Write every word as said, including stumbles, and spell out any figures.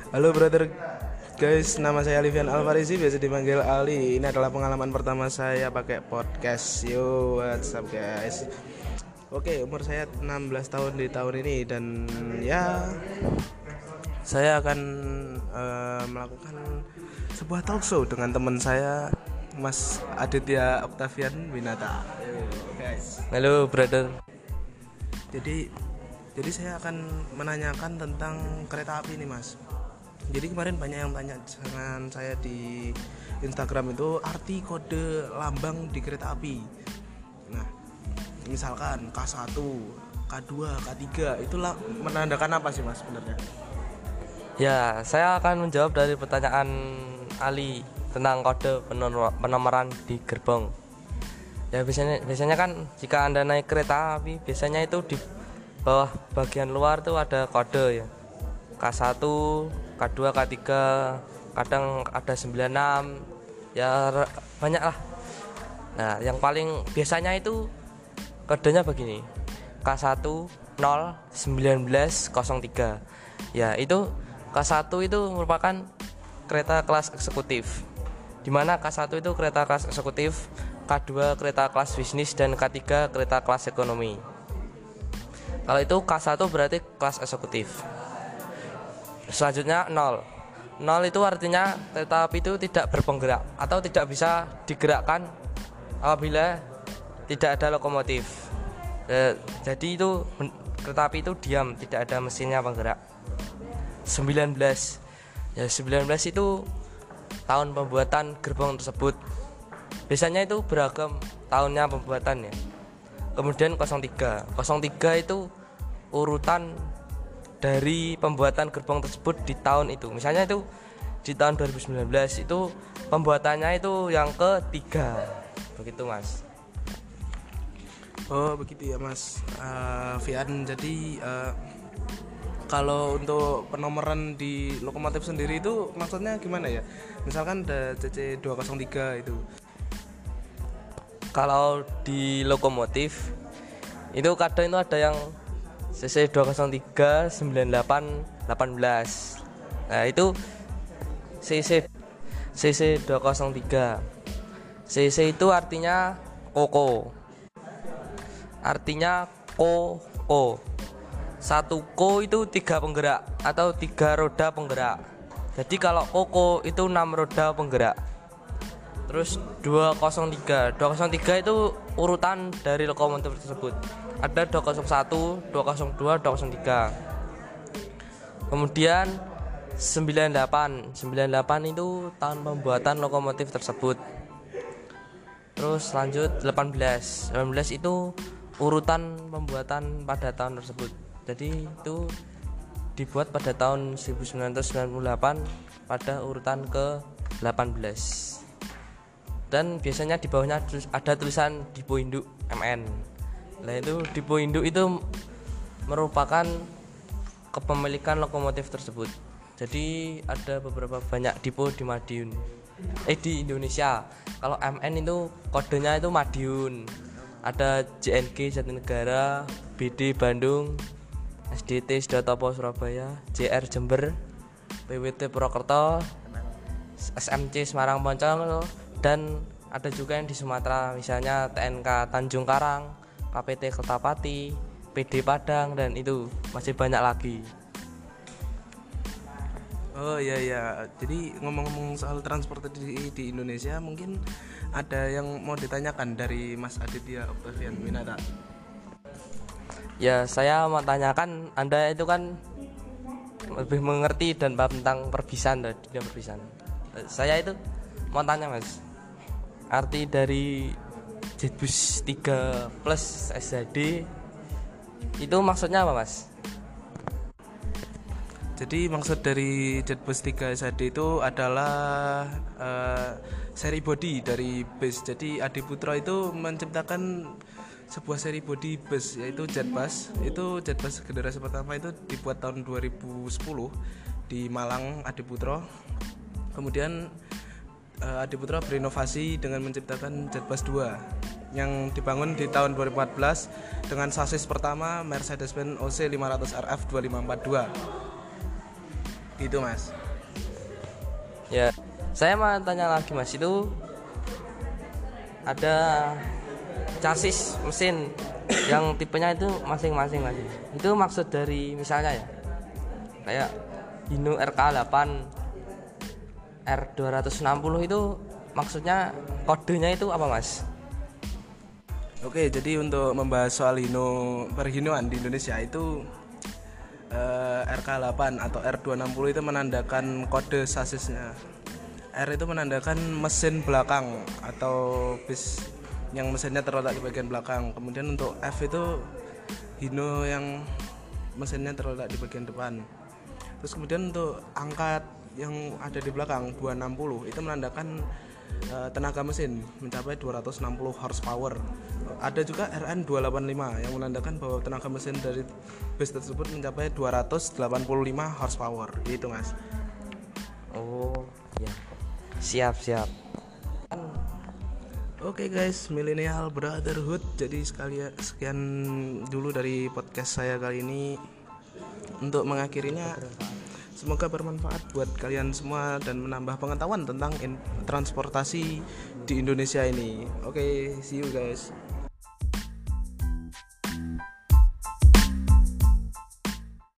Halo brother guys, nama saya Alivian Alvarezi, biasa dipanggil Ali. Ini adalah pengalaman pertama saya pakai podcast. Yo, what's up guys? Oke, umur saya enam belas tahun di tahun ini. Dan ya, saya akan uh, melakukan sebuah talk show dengan teman saya, Mas Aditya Octavian Winata. Yo, guys. Halo brother. Jadi Jadi saya akan menanyakan tentang kereta api nih mas. Jadi kemarin banyak yang tanya dengan saya di Instagram itu arti kode lambang di kereta api. Nah, misalkan K satu, K dua, K tiga itu lah menandakan apa sih mas sebenarnya? Ya, saya akan menjawab dari pertanyaan Ali tentang kode penomoran di gerbong. Ya biasanya biasanya kan jika Anda naik kereta api, biasanya itu di bawah bagian luar tuh ada kode ya. K satu, K dua, K tiga, kadang ada sembilan enam. Ya banyak lah. Nah, yang paling biasanya itu kodenya begini. K satu nol sembilan belas nol tiga. Ya, itu K satu itu merupakan kereta kelas eksekutif. Di mana K satu itu kereta kelas eksekutif, K dua kereta kelas bisnis, dan K tiga kereta kelas ekonomi. Kalau itu K satu berarti kelas eksekutif. Selanjutnya nol. nol itu artinya kereta api itu tidak berpenggerak atau tidak bisa digerakkan apabila tidak ada lokomotif. E, jadi itu kereta api itu diam, tidak ada mesinnya penggerak. sembilan belas. Ya sembilan belas itu tahun pembuatan gerbong tersebut. Biasanya itu beragam tahunnya pembuatannya. Kemudian nol tiga. nol tiga itu urutan dari pembuatan gerbong tersebut di tahun itu. Misalnya itu di tahun dua ribu sembilan belas itu pembuatannya itu yang ketiga. Begitu mas. Oh begitu ya mas uh, Fian. Jadi uh, kalau untuk penomoran di lokomotif sendiri itu maksudnya gimana ya? Misalkan ada C C dua nol tiga itu. Kalau di lokomotif itu kadang itu ada yang C C dua nol tiga sembilan delapan delapan belas. Nah, itu C C C C dua nol tiga. C C itu artinya koko. Artinya ko-ko. Satu ko itu tiga penggerak atau tiga roda penggerak. Jadi kalau koko itu enam roda penggerak. Terus dua nol tiga. dua nol tiga itu urutan dari lokomotif tersebut. Ada dua nol satu, dua nol dua, dua nol tiga. Kemudian sembilan delapan. sembilan delapan itu tahun pembuatan lokomotif tersebut. Terus lanjut delapan belas. delapan belas itu urutan pembuatan pada tahun tersebut. Jadi itu dibuat pada tahun seribu sembilan ratus sembilan puluh delapan pada urutan ke delapan belas. Dan biasanya di bawahnya ada tulisan Dipo Induk M N. Nah itu Dipo Induk itu merupakan kepemilikan lokomotif tersebut. Jadi ada beberapa banyak dipo di Madiun. Eh di Indonesia. Kalau M N itu kodenya itu Madiun. Ada J N K Jatinegara, B D Bandung, S D T Sudotopo Surabaya, J R Jember, P W T Purwokerto, S M C Semarang Poncol, dan ada juga yang di Sumatera, misalnya T N K Tanjung Karang, K P T Kertapati, P D Padang, dan itu masih banyak lagi. Oh iya iya. Jadi ngomong-ngomong soal transportasi di Indonesia, mungkin ada yang mau ditanyakan dari Mas Aditya Octavian Winata. Ya saya mau tanyakan, Anda itu kan lebih mengerti dan paham tentang perbisan dan dunia perbisan. Saya itu mau tanya mas, arti dari Jetbus tiga plus S H D itu maksudnya apa mas? Jadi maksud dari Jetbus tiga S H D itu adalah uh, seri body dari bus. Jadi Adi Putra itu menciptakan sebuah seri body bus, yaitu Jetbus. Itu Jetbus generasi pertama itu dibuat tahun dua ribu sepuluh di Malang, Adi Putra. Kemudian uh, Adi Putra berinovasi dengan menciptakan Jetbus dua yang dibangun di tahun dua ribu empat belas dengan sasis pertama Mercedes-Benz O C lima ratus R F dua lima empat dua. Gitu Mas. Ya, saya mau tanya lagi Mas, itu ada chassis mesin yang tipenya itu masing-masing Mas. Itu maksud dari misalnya ya, kayak Hino R K delapan R dua enam nol itu maksudnya kodenya itu apa Mas? Oke, jadi untuk membahas soal Hino perhinoan di Indonesia itu eh, R K delapan atau R dua enam nol itu menandakan kode sasisnya. R itu menandakan mesin belakang atau bis yang mesinnya terletak di bagian belakang. Kemudian untuk F itu Hino yang mesinnya terletak di bagian depan. Terus kemudian untuk angka yang ada di belakang dua enam nol itu menandakan uh, tenaga mesin mencapai dua ratus enam puluh horsepower. Ada juga R N dua delapan lima yang menandakan bahwa tenaga mesin dari bus tersebut mencapai dua ratus delapan puluh lima horsepower. Gitu Mas. Oh, ya. Siap, siap. Oke okay guys, Millennial Brotherhood. Jadi sekalian sekian dulu dari podcast saya kali ini. Untuk mengakhirinya, semoga bermanfaat buat kalian semua dan menambah pengetahuan tentang in- transportasi di Indonesia ini. Oke, okay, see you guys.